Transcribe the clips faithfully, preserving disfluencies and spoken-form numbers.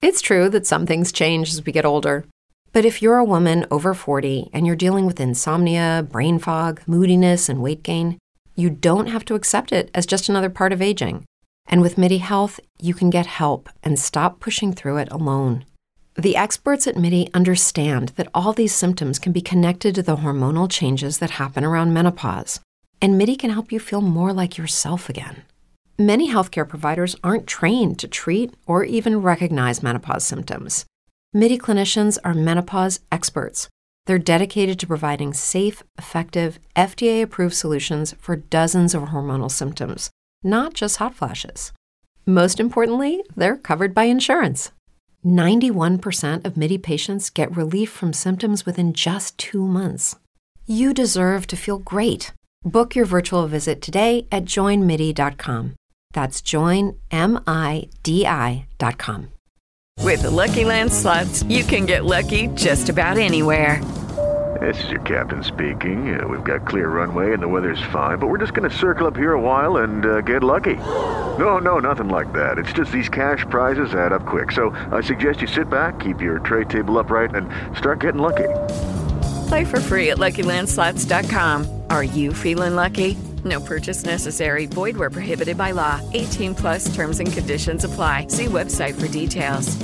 It's true that some things change as we get older. But if you're a woman over forty and you're dealing with insomnia, brain fog, moodiness, and weight gain, you don't have to accept it as just another part of aging. And with MIDI Health, you can get help and stop pushing through it alone. The experts at MIDI understand that all these symptoms can be connected to the hormonal changes that happen around menopause, and MIDI can help you feel more like yourself again. Many healthcare providers aren't trained to treat or even recognize menopause symptoms. MIDI clinicians are menopause experts. They're dedicated to providing safe, effective, F D A-approved solutions for dozens of hormonal symptoms, not just hot flashes. Most importantly, they're covered by insurance. ninety-one percent of MIDI patients get relief from symptoms within just two months. You deserve to feel great. Book your virtual visit today at join midi dot com. That's join midi dot com. With the Lucky Land Slots, you can get lucky just about anywhere. This is your captain speaking. Uh, we've got clear runway and the weather's fine, but we're just going to circle up here a while and uh, get lucky. No, no, nothing like that. It's just these cash prizes add up quick. So I suggest you sit back, keep your tray table upright, and start getting lucky. Play for free at lucky land slots dot com. Are you feeling lucky? No purchase necessary. Void where prohibited by law. eighteen plus terms and conditions apply. See website for details.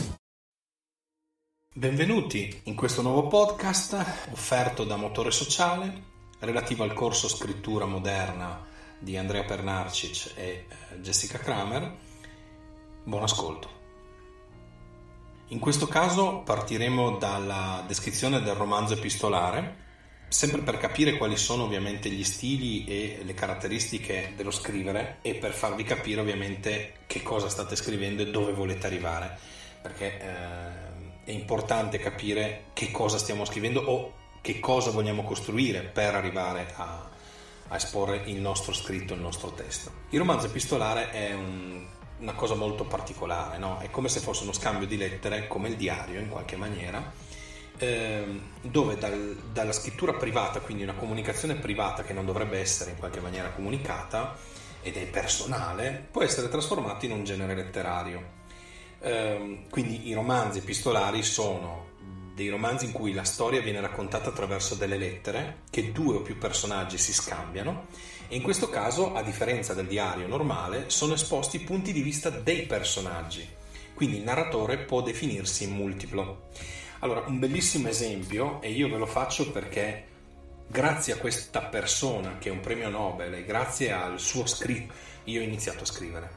Benvenuti in questo nuovo podcast offerto da Motore Sociale relativo al corso Scrittura Moderna di Andrea Pernarcic e Jessica Kramer. Buon ascolto. In questo caso partiremo dalla descrizione del romanzo epistolare, sempre per capire quali sono ovviamente gli stili e le caratteristiche dello scrivere e per farvi capire ovviamente che cosa state scrivendo e dove volete arrivare, perché eh, è importante capire che cosa stiamo scrivendo o che cosa vogliamo costruire per arrivare a, a esporre il nostro scritto, il nostro testo. Il romanzo epistolare è un, una cosa molto particolare, no? È come se fosse uno scambio di lettere, come il diario in qualche maniera, eh, dove dal, dalla scrittura privata, quindi una comunicazione privata che non dovrebbe essere in qualche maniera comunicata ed è personale, può essere trasformato in un genere letterario. Eh, quindi i romanzi epistolari sono dei romanzi in cui la storia viene raccontata attraverso delle lettere che due o più personaggi si scambiano, e in questo caso, a differenza del diario normale, sono esposti i punti di vista dei personaggi, quindi il narratore può definirsi multiplo. Allora, un bellissimo esempio, e io ve lo faccio perché grazie a questa persona che è un premio Nobel e grazie al suo scritto io ho iniziato a scrivere.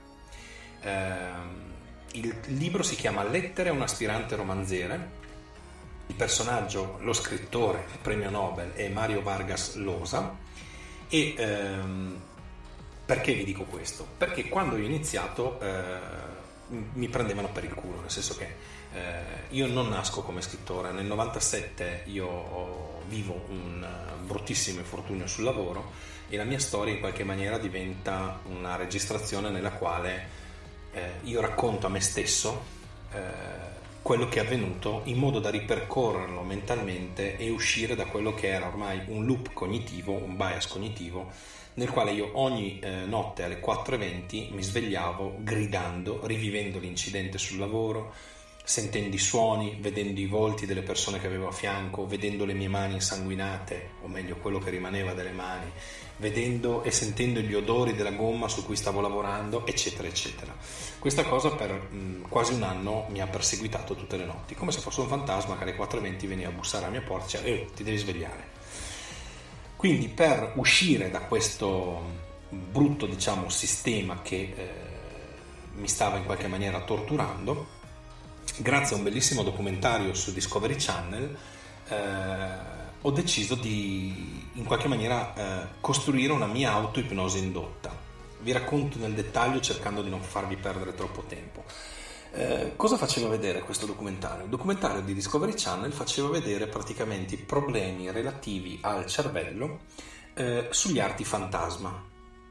Eh, il libro si chiama Lettere a un aspirante romanziere. Il personaggio, lo scrittore, il premio Nobel, è Mario Vargas Llosa. E ehm, perché vi dico questo? Perché quando io ho iniziato eh, mi prendevano per il culo, nel senso che eh, io non nasco come scrittore. Nel novantasette io ho, vivo un bruttissimo infortunio sul lavoro e la mia storia in qualche maniera diventa una registrazione nella quale eh, io racconto a me stesso eh, quello che è avvenuto in modo da ripercorrerlo mentalmente e uscire da quello che era ormai un loop cognitivo, un bias cognitivo, nel quale io ogni eh, notte alle quattro e venti mi svegliavo gridando, rivivendo l'incidente sul lavoro, sentendo i suoni, vedendo i volti delle persone che avevo a fianco, vedendo le mie mani insanguinate, o meglio quello che rimaneva delle mani, vedendo e sentendo gli odori della gomma su cui stavo lavorando, eccetera eccetera. Questa cosa per mh, quasi un anno mi ha perseguitato tutte le notti, come se fosse un fantasma che alle quattro e venti veniva a bussare alla mia porta e diceva eh, ti devi svegliare. Quindi per uscire da questo brutto, diciamo, sistema che eh, mi stava in qualche maniera torturando, grazie a un bellissimo documentario su Discovery Channel eh, ho deciso di in qualche maniera eh, costruire una mia auto-ipnosi indotta. Vi racconto nel dettaglio cercando di non farvi perdere troppo tempo. Eh, cosa faceva vedere questo documentario? Il documentario di Discovery Channel faceva vedere praticamente i problemi relativi al cervello eh, sugli arti fantasma.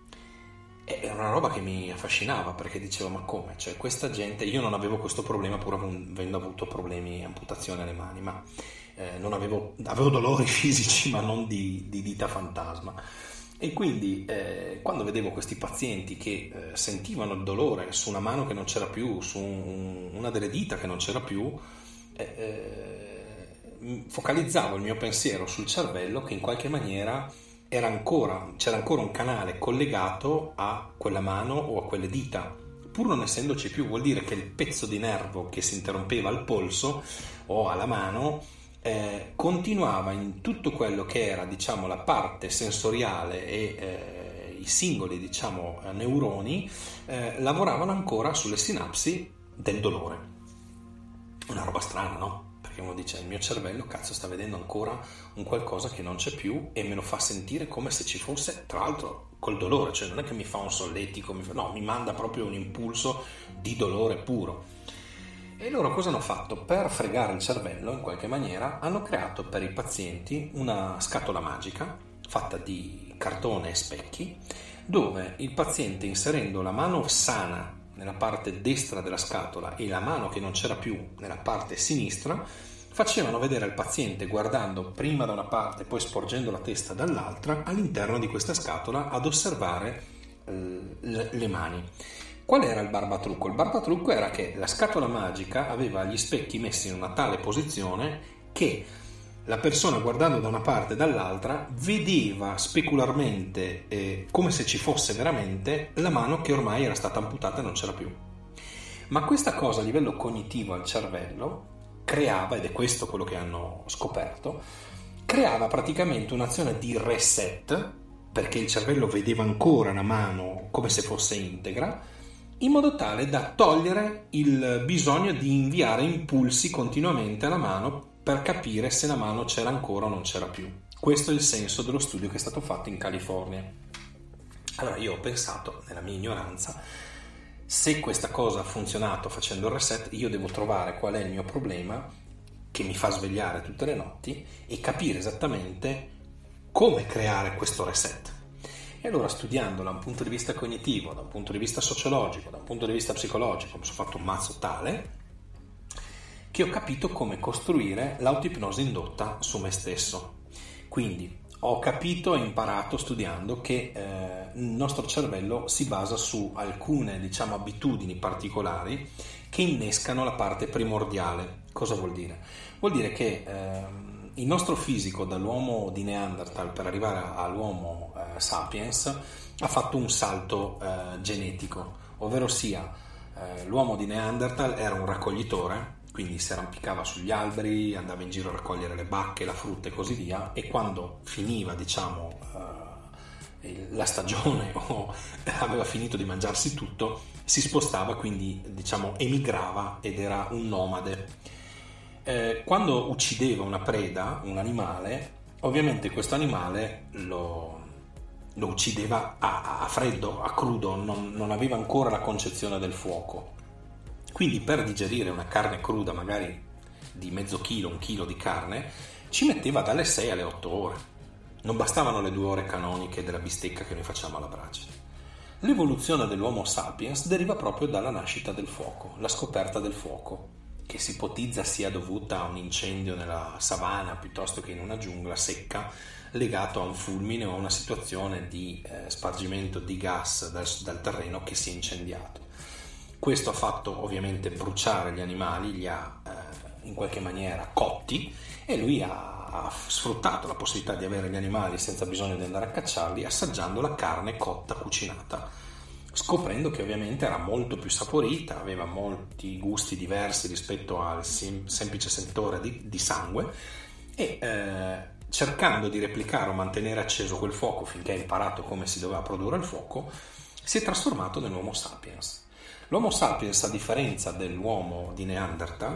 Era una roba che mi affascinava perché dicevo ma come? Cioè questa gente, io non avevo questo problema pur avendo avuto problemi, amputazione alle mani, ma eh, non avevo, avevo dolori fisici ma non di, di dita fantasma. E quindi eh, quando vedevo questi pazienti che eh, sentivano il dolore su una mano che non c'era più, su un, una delle dita che non c'era più, eh, eh, focalizzavo il mio pensiero sul cervello, che in qualche maniera era ancora, c'era ancora un canale collegato a quella mano o a quelle dita, pur non essendoci più. Vuol dire che il pezzo di nervo che si interrompeva al polso o alla mano eh, continuava in tutto quello che era, diciamo, la parte sensoriale e eh, i singoli, diciamo, neuroni eh, lavoravano ancora sulle sinapsi del dolore. Una roba strana, no? Perché uno dice: il mio cervello, cazzo, sta vedendo ancora un qualcosa che non c'è più e me lo fa sentire come se ci fosse, tra l'altro col dolore, cioè non è che mi fa un solletico, mi fa, no, mi manda proprio un impulso di dolore puro. E loro cosa hanno fatto? Per fregare il cervello, in qualche maniera, hanno creato per i pazienti una scatola magica fatta di cartone e specchi, dove il paziente, inserendo la mano sana nella parte destra della scatola e la mano che non c'era più nella parte sinistra, facevano vedere al paziente, guardando prima da una parte e poi sporgendo la testa dall'altra, all'interno di questa scatola ad osservare eh, le mani. Qual era il barbatrucco? Il barbatrucco era che la scatola magica aveva gli specchi messi in una tale posizione che la persona, guardando da una parte e dall'altra, vedeva specularmente, eh, come se ci fosse veramente, la mano che ormai era stata amputata e non c'era più. Ma questa cosa a livello cognitivo al cervello creava, ed è questo quello che hanno scoperto, creava praticamente un'azione di reset, perché il cervello vedeva ancora la mano come se fosse integra, in modo tale da togliere il bisogno di inviare impulsi continuamente alla mano per capire se la mano c'era ancora o non c'era più. Questo è il senso dello studio che è stato fatto in California. Allora io ho pensato, nella mia ignoranza, se questa cosa ha funzionato facendo il reset, io devo trovare qual è il mio problema che mi fa svegliare tutte le notti e capire esattamente come creare questo reset. E allora, studiandola da un punto di vista cognitivo, da un punto di vista sociologico, da un punto di vista psicologico, mi sono fatto un mazzo tale che ho capito come costruire l'autoipnosi indotta su me stesso. Quindi ho capito e imparato studiando che eh, il nostro cervello si basa su alcune, diciamo, abitudini particolari che innescano la parte primordiale. Cosa vuol dire? Vuol dire che eh, il nostro fisico, dall'uomo di Neanderthal per arrivare all'uomo eh, sapiens, ha fatto un salto eh, genetico, ovvero sia eh, l'uomo di Neanderthal era un raccoglitore, quindi si arrampicava sugli alberi, andava in giro a raccogliere le bacche, la frutta e così via, e quando finiva, diciamo, eh, la stagione o aveva finito di mangiarsi tutto, si spostava, quindi, diciamo, emigrava ed era un nomade. Eh, quando uccideva una preda, un animale, ovviamente questo animale lo, lo uccideva a, a freddo, a crudo, non, non aveva ancora la concezione del fuoco. Quindi per digerire una carne cruda, magari di mezzo chilo, un chilo di carne, ci metteva dalle sei alle otto ore. Non bastavano le due ore canoniche della bistecca che noi facciamo alla brace. L'evoluzione dell'Homo sapiens deriva proprio dalla nascita del fuoco, la scoperta del fuoco, che si ipotizza sia dovuta a un incendio nella savana piuttosto che in una giungla secca legato a un fulmine o a una situazione di eh, spargimento di gas dal, dal terreno che si è incendiato. Questo ha fatto ovviamente bruciare gli animali, li ha eh, in qualche maniera cotti, e lui ha, ha sfruttato la possibilità di avere gli animali senza bisogno di andare a cacciarli, assaggiando la carne cotta, cucinata, scoprendo che ovviamente era molto più saporita, aveva molti gusti diversi rispetto al sem- semplice sentore di, di sangue, e eh, cercando di replicare o mantenere acceso quel fuoco finché ha imparato come si doveva produrre il fuoco, si è trasformato nell'Homo sapiens. L'Homo sapiens, a differenza dell'uomo di Neanderthal,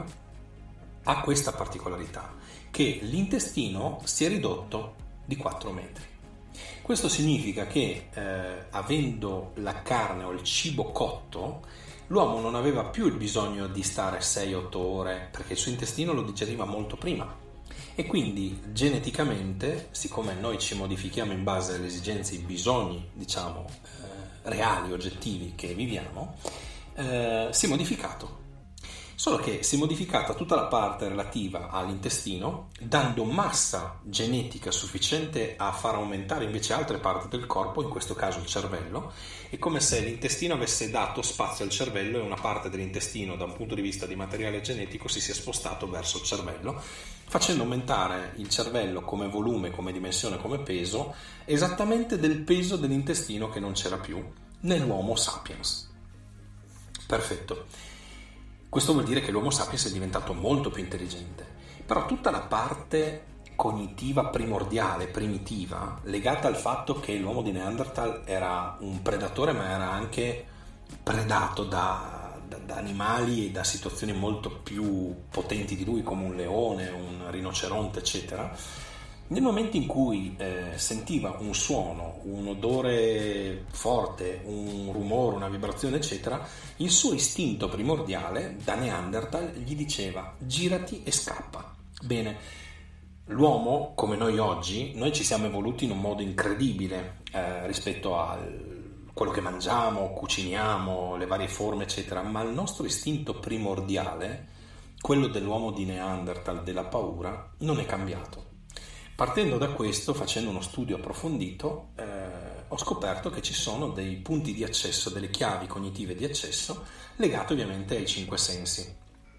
ha questa particolarità, che l'intestino si è ridotto di quattro metri. Questo significa che eh, avendo la carne o il cibo cotto, l'uomo non aveva più il bisogno di stare sei otto ore, perché il suo intestino lo digeriva molto prima, e quindi geneticamente, siccome noi ci modifichiamo in base alle esigenze e ai bisogni, diciamo, eh, reali, oggettivi che viviamo, eh, si è modificato. solo che si è modificata tutta la parte relativa all'intestino, dando massa genetica sufficiente a far aumentare invece altre parti del corpo, in questo caso il cervello. È come se l'intestino avesse dato spazio al cervello e una parte dell'intestino, da un punto di vista di materiale genetico, si sia spostato verso il cervello, facendo aumentare il cervello come volume, come dimensione, come peso, esattamente del peso dell'intestino che non c'era più nell'Homo sapiens. Perfetto. Questo vuol dire che l'Homo sapiens è diventato molto più intelligente, però tutta la parte cognitiva primordiale, primitiva, legata al fatto che l'uomo di Neanderthal era un predatore, ma era anche predato da, da, da animali e da situazioni molto più potenti di lui, come un leone, un rinoceronte, eccetera. Nel momento in cui eh, sentiva un suono, un odore forte, un rumore, una vibrazione, eccetera, il suo istinto primordiale da Neanderthal gli diceva: girati e scappa. Bene, l'uomo, come noi oggi, noi ci siamo evoluti in un modo incredibile eh, rispetto a quello che mangiamo, cuciniamo, le varie forme, eccetera, ma il nostro istinto primordiale, quello dell'uomo di Neanderthal, della paura, non è cambiato. Partendo da questo, facendo uno studio approfondito, eh, ho scoperto che ci sono dei punti di accesso, delle chiavi cognitive di accesso, legate ovviamente ai cinque sensi.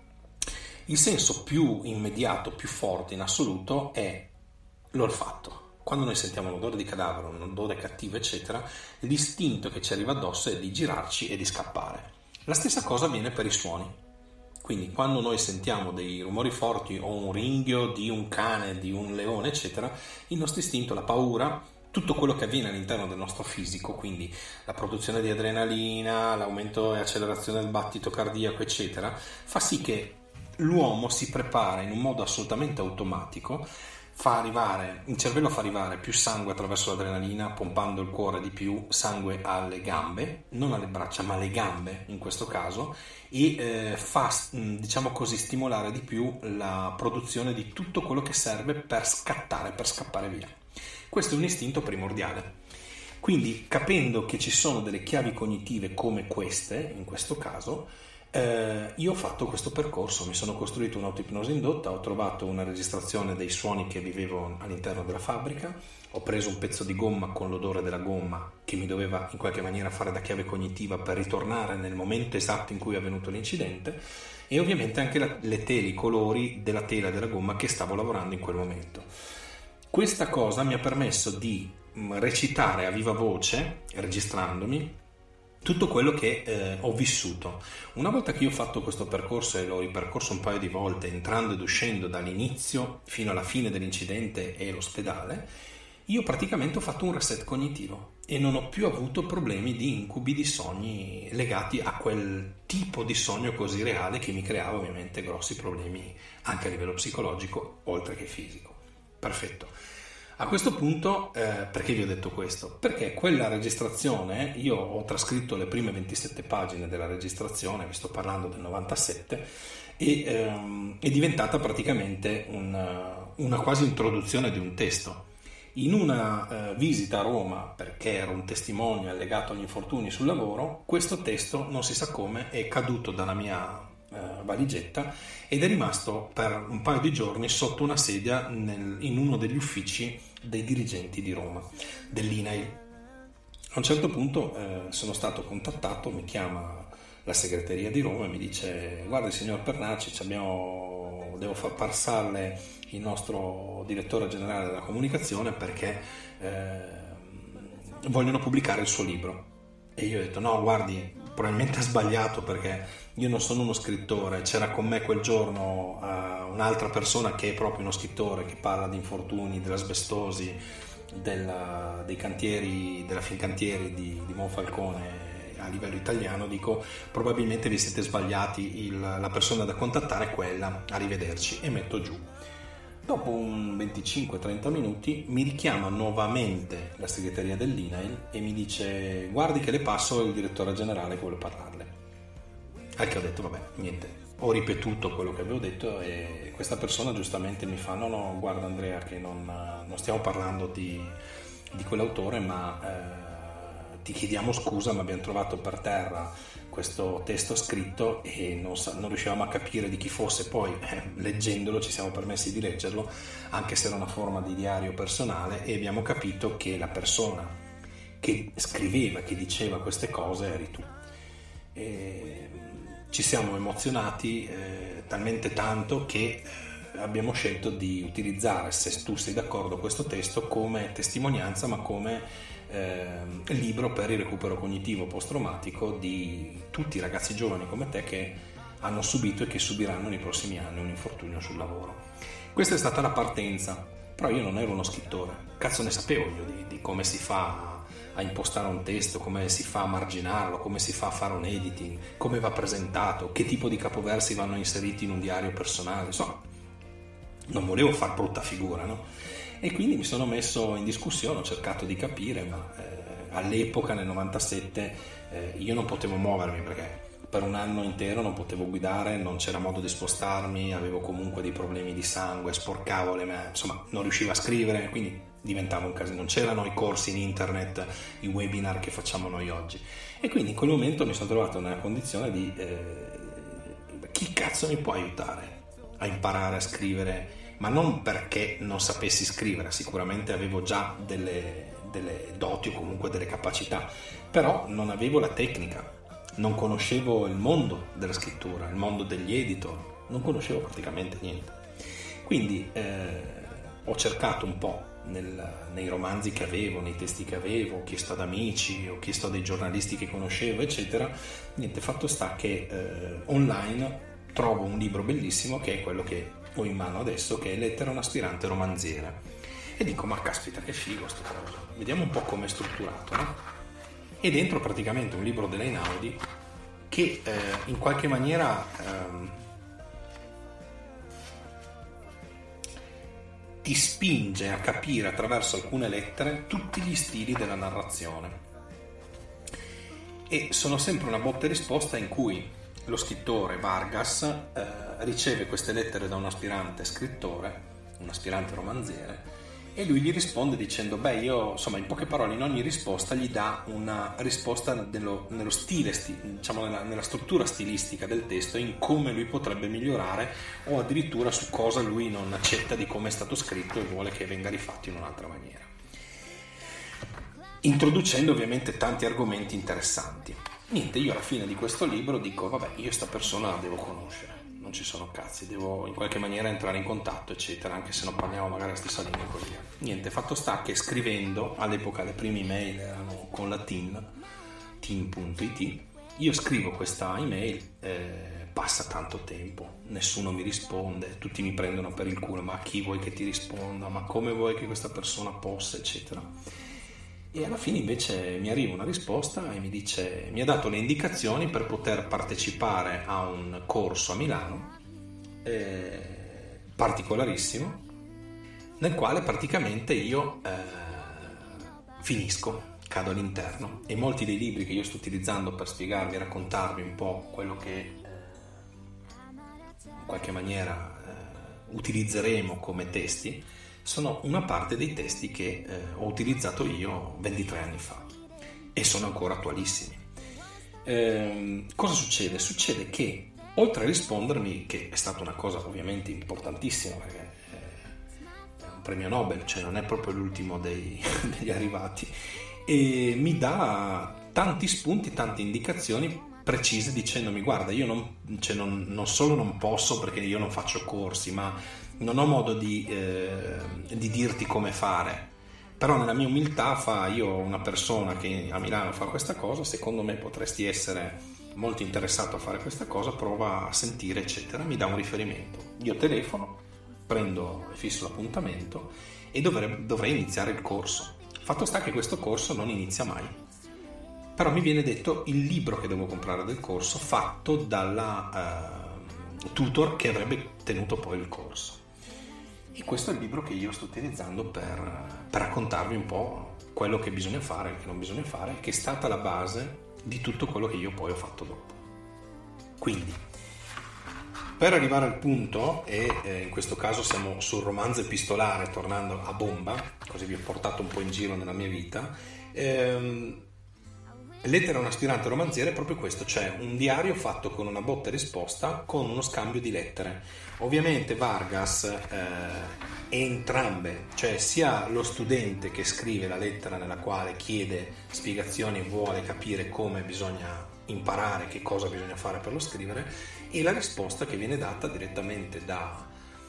Il senso più immediato, più forte in assoluto è l'olfatto. Quando noi sentiamo un odore di cadavere, un odore cattivo, eccetera, l'istinto che ci arriva addosso è di girarci e di scappare. La stessa cosa avviene per i suoni. Quindi quando noi sentiamo dei rumori forti o un ringhio di un cane, di un leone, eccetera, il nostro istinto, la paura, tutto quello che avviene all'interno del nostro fisico, quindi la produzione di adrenalina, l'aumento e accelerazione del battito cardiaco, eccetera, fa sì che l'uomo si prepara in un modo assolutamente automatico, fa arrivare, il cervello fa arrivare più sangue attraverso l'adrenalina, pompando il cuore di più, sangue alle gambe, non alle braccia ma alle gambe in questo caso, e eh, fa, diciamo così, stimolare di più la produzione di tutto quello che serve per scattare, per scappare via. Questo è un istinto primordiale. Quindi, capendo che ci sono delle chiavi cognitive come queste, in questo caso, Eh, io ho fatto questo percorso, mi sono costruito un'autoipnosi indotta, ho trovato una registrazione dei suoni che vivevo all'interno della fabbrica, ho preso un pezzo di gomma con l'odore della gomma che mi doveva in qualche maniera fare da chiave cognitiva per ritornare nel momento esatto in cui è avvenuto l'incidente, e ovviamente anche la, le tele, i colori della tela della gomma che stavo lavorando in quel momento. Questa cosa mi ha permesso di recitare a viva voce, registrandomi, tutto quello che eh, ho vissuto. Una volta che io ho fatto questo percorso, e l'ho ripercorso un paio di volte, entrando ed uscendo dall'inizio fino alla fine dell'incidente e l'ospedale, io praticamente ho fatto un reset cognitivo e non ho più avuto problemi di incubi, di sogni legati a quel tipo di sogno così reale che mi creava ovviamente grossi problemi anche a livello psicologico oltre che fisico. Perfetto. A questo punto, eh, perché vi ho detto questo? Perché quella registrazione, io ho trascritto le prime ventisette pagine della registrazione, vi sto parlando del novantasette, e ehm, è diventata praticamente una, una quasi introduzione di un testo. In una eh, visita a Roma, perché ero un testimonial legato agli infortuni sul lavoro, questo testo, non si sa come, è caduto dalla mia Uh, valigetta ed è rimasto per un paio di giorni sotto una sedia nel, in uno degli uffici dei dirigenti di Roma, dell'I N A I L. A un certo punto uh, sono stato contattato, mi chiama la segreteria di Roma e mi dice: guardi signor Pernacci, abbiamo, devo far passarle il nostro direttore generale della comunicazione perché uh, vogliono pubblicare il suo libro. E io ho detto: no, guardi, probabilmente ha sbagliato, perché io non sono uno scrittore, c'era con me quel giorno uh, un'altra persona che è proprio uno scrittore, che parla di infortuni, dell'asbestosi, della, dei cantieri, della Fincantieri di, di Monfalcone a livello italiano. Dico, probabilmente vi siete sbagliati, il, la persona da contattare è quella, arrivederci, e metto giù. Dopo un venticinque trenta minuti mi richiama nuovamente la segreteria dell'I N A I L e mi dice: guardi che le passo il direttore generale che vuole parlarle. Al che ho detto: vabbè, niente, ho ripetuto quello che avevo detto e questa persona giustamente mi fa: no no, guarda Andrea, che non, non stiamo parlando di, di quell'autore, ma eh, ti chiediamo scusa, ma abbiamo trovato per terra questo testo scritto e non, sa- non riuscivamo a capire di chi fosse. Poi eh, leggendolo ci siamo permessi di leggerlo, anche se era una forma di diario personale, e abbiamo capito che la persona che scriveva, che diceva queste cose eri tu. E ci siamo emozionati eh, talmente tanto che eh, abbiamo scelto di utilizzare, se tu sei d'accordo, questo testo come testimonianza, ma come eh, libro per il recupero cognitivo post-traumatico di tutti i ragazzi giovani come te che hanno subito e che subiranno nei prossimi anni un infortunio sul lavoro. Questa è stata la partenza, però io non ero uno scrittore, cazzo ne sapevo io di, di come si fa a impostare un testo, come si fa a marginarlo, come si fa a fare un editing, come va presentato, che tipo di capoversi vanno inseriti in un diario personale. Insomma, non volevo far brutta figura, no? E quindi mi sono messo in discussione, ho cercato di capire, ma eh, all'epoca, nel novantasette, eh, io non potevo muovermi perché per un anno intero non potevo guidare, non c'era modo di spostarmi, avevo comunque dei problemi di sangue, sporcavo le mani, insomma non riuscivo a scrivere, quindi diventava un casino. Non c'erano i corsi in internet, i webinar che facciamo noi oggi, e quindi in quel momento mi sono trovato nella condizione di eh, chi cazzo mi può aiutare a imparare a scrivere, ma non perché non sapessi scrivere, sicuramente avevo già delle, delle doti o comunque delle capacità, però non avevo la tecnica. Non conoscevo il mondo della scrittura, il mondo degli editor, non conoscevo praticamente niente. Quindi eh, ho cercato un po' nel, nei romanzi che avevo, nei testi che avevo, ho chiesto ad amici, ho chiesto a dei giornalisti che conoscevo, eccetera. Niente, fatto sta che eh, online trovo un libro bellissimo che è quello che ho in mano adesso, che è Lettera a un aspirante romanziere. E dico, ma caspita, che figo sto coso. Vediamo un po' come è strutturato, no? E dentro praticamente un libro dell'Einaudi che eh, in qualche maniera ehm, ti spinge a capire attraverso alcune lettere tutti gli stili della narrazione, e sono sempre una botta e risposta in cui lo scrittore Vargas eh, riceve queste lettere da un aspirante scrittore, un aspirante romanziere, e lui gli risponde dicendo, beh, io, insomma, in poche parole, in ogni risposta gli dà una risposta nello, nello stile, sti, diciamo nella, nella struttura stilistica del testo, in come lui potrebbe migliorare, o addirittura su cosa lui non accetta di come è stato scritto e vuole che venga rifatto in un'altra maniera, introducendo ovviamente tanti argomenti interessanti. Niente, io alla fine di questo libro dico, vabbè, io sta persona la devo conoscere, non ci sono cazzi, devo in qualche maniera entrare in contatto, eccetera, anche se non parliamo magari la stessa lingua e così via. Niente, fatto sta che scrivendo, all'epoca le prime email erano con la T I N, T I N punto I T, io scrivo questa email, eh, passa tanto tempo, nessuno mi risponde, tutti mi prendono per il culo, ma chi vuoi che ti risponda, ma come vuoi che questa persona possa, eccetera. E alla fine invece mi arriva una risposta e mi dice, mi ha dato le indicazioni per poter partecipare a un corso a Milano eh, particolarissimo, nel quale praticamente io eh, finisco, cado all'interno, e molti dei libri che io sto utilizzando per spiegarvi e raccontarvi un po' quello che eh, in qualche maniera eh, utilizzeremo come testi sono una parte dei testi che eh, ho utilizzato io ventitré anni fa e sono ancora attualissimi. Eh, cosa succede? Succede che oltre a rispondermi, che è stata una cosa ovviamente importantissima perché è un premio Nobel, cioè non è proprio l'ultimo dei, degli arrivati, e mi dà tanti spunti, tante indicazioni precise dicendomi, guarda, io non, cioè non, non solo non posso perché io non faccio corsi, ma non ho modo di, eh, di dirti come fare, però nella mia umiltà fa, io una persona che a Milano fa questa cosa, secondo me potresti essere molto interessato a fare questa cosa, prova a sentire, eccetera, mi dà un riferimento, io telefono, prendo e fisso l'appuntamento e dovrei, dovrei iniziare il corso. Fatto sta che questo corso non inizia mai, però mi viene detto il libro che devo comprare del corso fatto dalla uh, tutor che avrebbe tenuto poi il corso. E questo è il libro che io sto utilizzando per, per raccontarvi un po' quello che bisogna fare e che non bisogna fare, che è stata la base di tutto quello che io poi ho fatto dopo. Quindi, per arrivare al punto, e eh, in questo caso siamo sul romanzo epistolare, tornando a bomba, così vi ho portato un po' in giro nella mia vita, ehm, Lettera a un aspirante romanziere è proprio questo, cioè un diario fatto con una botta e risposta, con uno scambio di lettere. Ovviamente Vargas eh, entrambe, cioè sia lo studente che scrive la lettera nella quale chiede spiegazioni e vuole capire come bisogna imparare, che cosa bisogna fare per lo scrivere, e la risposta che viene data direttamente da,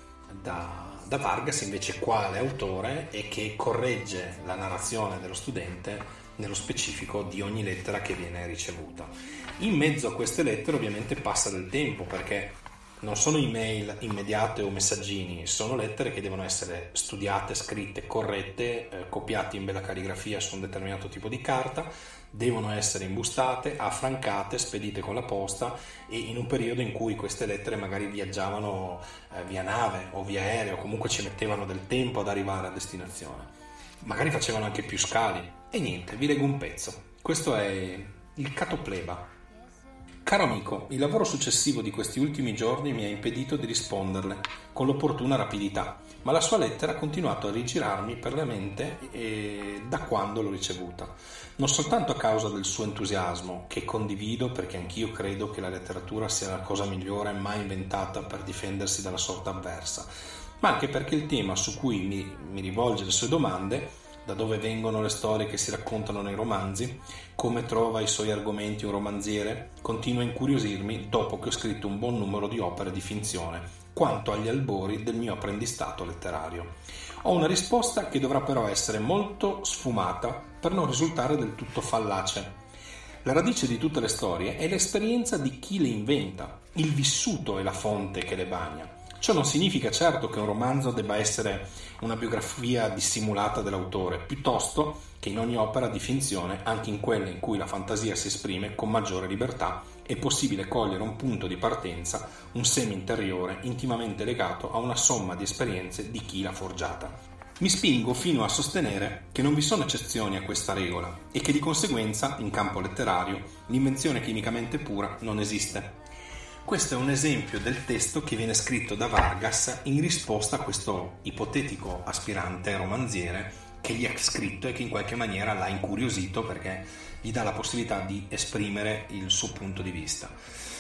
da, da Vargas invece quale autore, e che corregge la narrazione dello studente nello specifico di ogni lettera che viene ricevuta. In mezzo a queste lettere ovviamente passa del tempo, perché non sono email immediate o messaggini, sono lettere che devono essere studiate, scritte, corrette, eh, copiate in bella calligrafia su un determinato tipo di carta, devono essere imbustate, affrancate, spedite con la posta, e in un periodo in cui queste lettere magari viaggiavano eh, via nave o via aereo, comunque ci mettevano del tempo ad arrivare a destinazione. Magari facevano anche più scali. E niente, vi leggo un pezzo. Questo è il Catopleba. Caro amico, il lavoro successivo di questi ultimi giorni mi ha impedito di risponderle con l'opportuna rapidità, ma la sua lettera ha continuato a rigirarmi per la mente e da quando l'ho ricevuta. Non soltanto a causa del suo entusiasmo, che condivido perché anch'io credo che la letteratura sia la cosa migliore mai inventata per difendersi dalla sorte avversa, ma anche perché il tema su cui mi, mi rivolge le sue domande, da dove vengono le storie che si raccontano nei romanzi, come trova i suoi argomenti un romanziere, continua a incuriosirmi dopo che ho scritto un buon numero di opere di finzione, quanto agli albori del mio apprendistato letterario. Ho una risposta che dovrà però essere molto sfumata per non risultare del tutto fallace. La radice di tutte le storie è l'esperienza di chi le inventa, il vissuto è la fonte che le bagna. Ciò non significa certo che un romanzo debba essere una biografia dissimulata dell'autore, piuttosto che in ogni opera di finzione, anche in quelle in cui la fantasia si esprime con maggiore libertà, è possibile cogliere un punto di partenza, un seme interiore intimamente legato a una somma di esperienze di chi l'ha forgiata. Mi spingo fino a sostenere che non vi sono eccezioni a questa regola e che di conseguenza, in campo letterario, l'invenzione chimicamente pura non esiste. Questo è un esempio del testo che viene scritto da Vargas in risposta a questo ipotetico aspirante romanziere che gli ha scritto e che in qualche maniera l'ha incuriosito perché gli dà la possibilità di esprimere il suo punto di vista.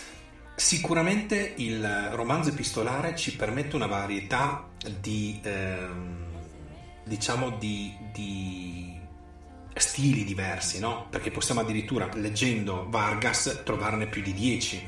Sicuramente il romanzo epistolare ci permette una varietà di, ehm, diciamo, di, di stili diversi, no? Perché possiamo addirittura, leggendo Vargas, trovarne più di dieci.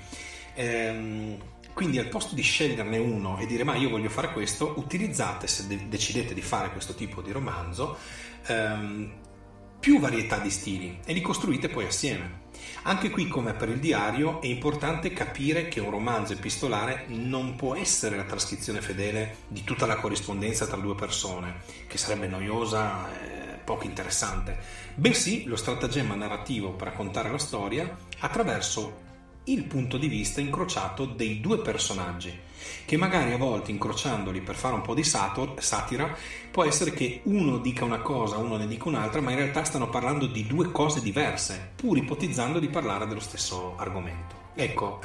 Ehm, quindi al posto di sceglierne uno e dire ma io voglio fare questo, utilizzate, se de- decidete di fare questo tipo di romanzo, ehm, più varietà di stili e li costruite poi assieme. Anche qui, come per il diario, è importante capire che un romanzo epistolare non può essere la trascrizione fedele di tutta la corrispondenza tra due persone, che sarebbe noiosa e poco interessante, bensì lo stratagemma narrativo per raccontare la storia attraverso il punto di vista incrociato dei due personaggi, che magari a volte, incrociandoli per fare un po' di satira, può essere che uno dica una cosa, uno ne dica un'altra, ma in realtà stanno parlando di due cose diverse, pur ipotizzando di parlare dello stesso argomento. Ecco, eh,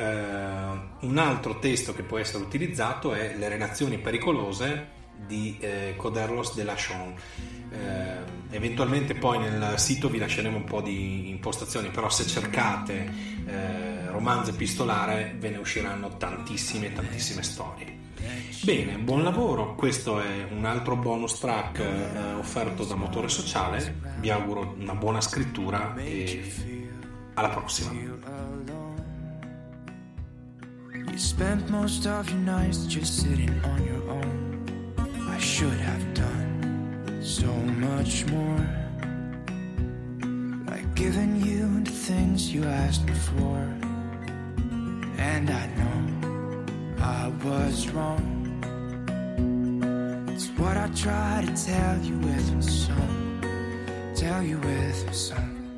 un altro testo che può essere utilizzato è Le relazioni pericolose di eh, Coderlos de Lachon. Eh, eventualmente poi nel sito vi lasceremo un po' di impostazioni, però se cercate eh, romanzo epistolare ve ne usciranno tantissime tantissime storie. Bene, buon lavoro, questo è un altro bonus track eh, offerto da Motore Sociale, vi auguro una buona scrittura e alla prossima. You spent most of your nights just sitting on your own. I should have done so much more, like giving you the things you asked me for. And I know I was wrong. It's what I try to tell you with my song, tell you with my song.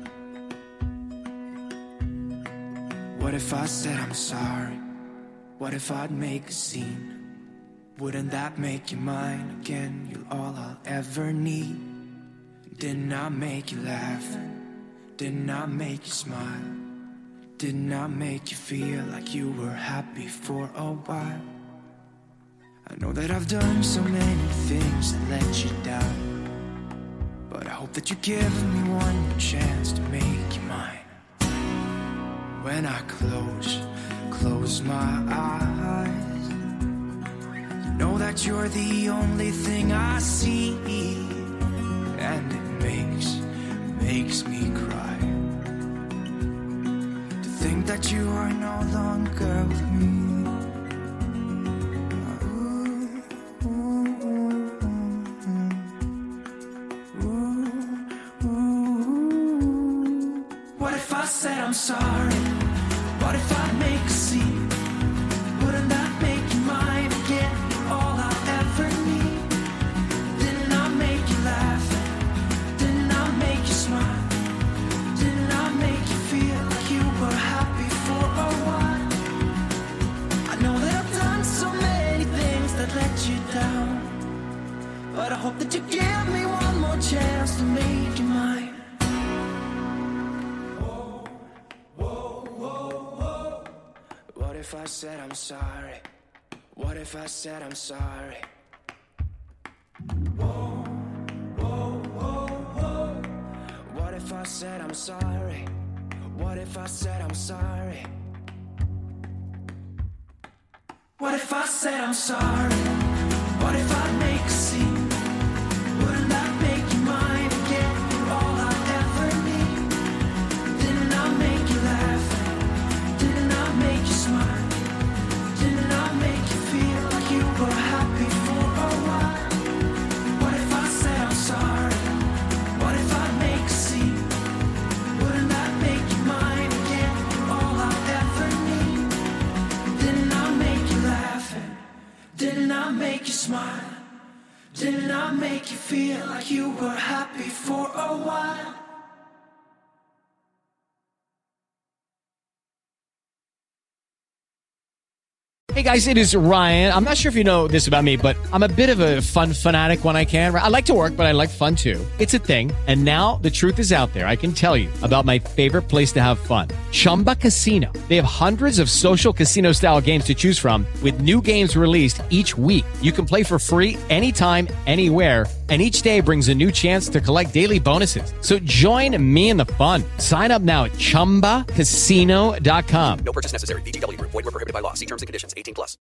What if I said I'm sorry? What if I'd make a scene? Wouldn't that make you mine again? You're all I'll ever need. Didn't I make you laugh? Didn't I make you smile? Didn't I make you feel like you were happy for a while? I know that I've done so many things that let you down, but I hope that you give me one more chance to make you mine. when I close, close my eyes, you know that you're the only thing I see, and it makes, makes me cry to think that you are no longer with me. I'm sorry, what if I make a scene? Wouldn't that make you mine again? All I ever need. Didn't I make you laugh? Didn't I make you smile? Didn't I make you feel like you were happy for a while? I know that I've done so many things that let you down, but I hope that you give me one more chance to make you mine. What if I said I'm sorry? What if I said I'm sorry? Whoa, whoa, whoa, whoa. What if I said I'm sorry? What if I said I'm sorry? What if I said I'm sorry? What if I make a scene? Wouldn't that make you mine again? You're all I ever need. Didn't I make you laugh? Didn't I make you smile? Didn't I make you feel like you were happy for a while? What if I said I'm sorry? What if I make a scene? Wouldn't that make you mine again? You're all I ever need. Didn't I make you laugh? Didn't I make you smile? Didn't I make you feel like you were happy for a while? Hey guys, it is Ryan. I'm not sure if you know this about me, but I'm a bit of a fun fanatic when I can. I like to work, but I like fun too. It's a thing. And now the truth is out there. I can tell you about my favorite place to have fun. Chumba Casino. They have hundreds of social casino style games to choose from with new games released each week. You can play for free anytime, anywhere. And each day brings a new chance to collect daily bonuses. So join me in the fun. Sign up now at chumba casino dot com. No purchase necessary. V G W Group. Void where prohibited by law. See terms and conditions. eighteen plus.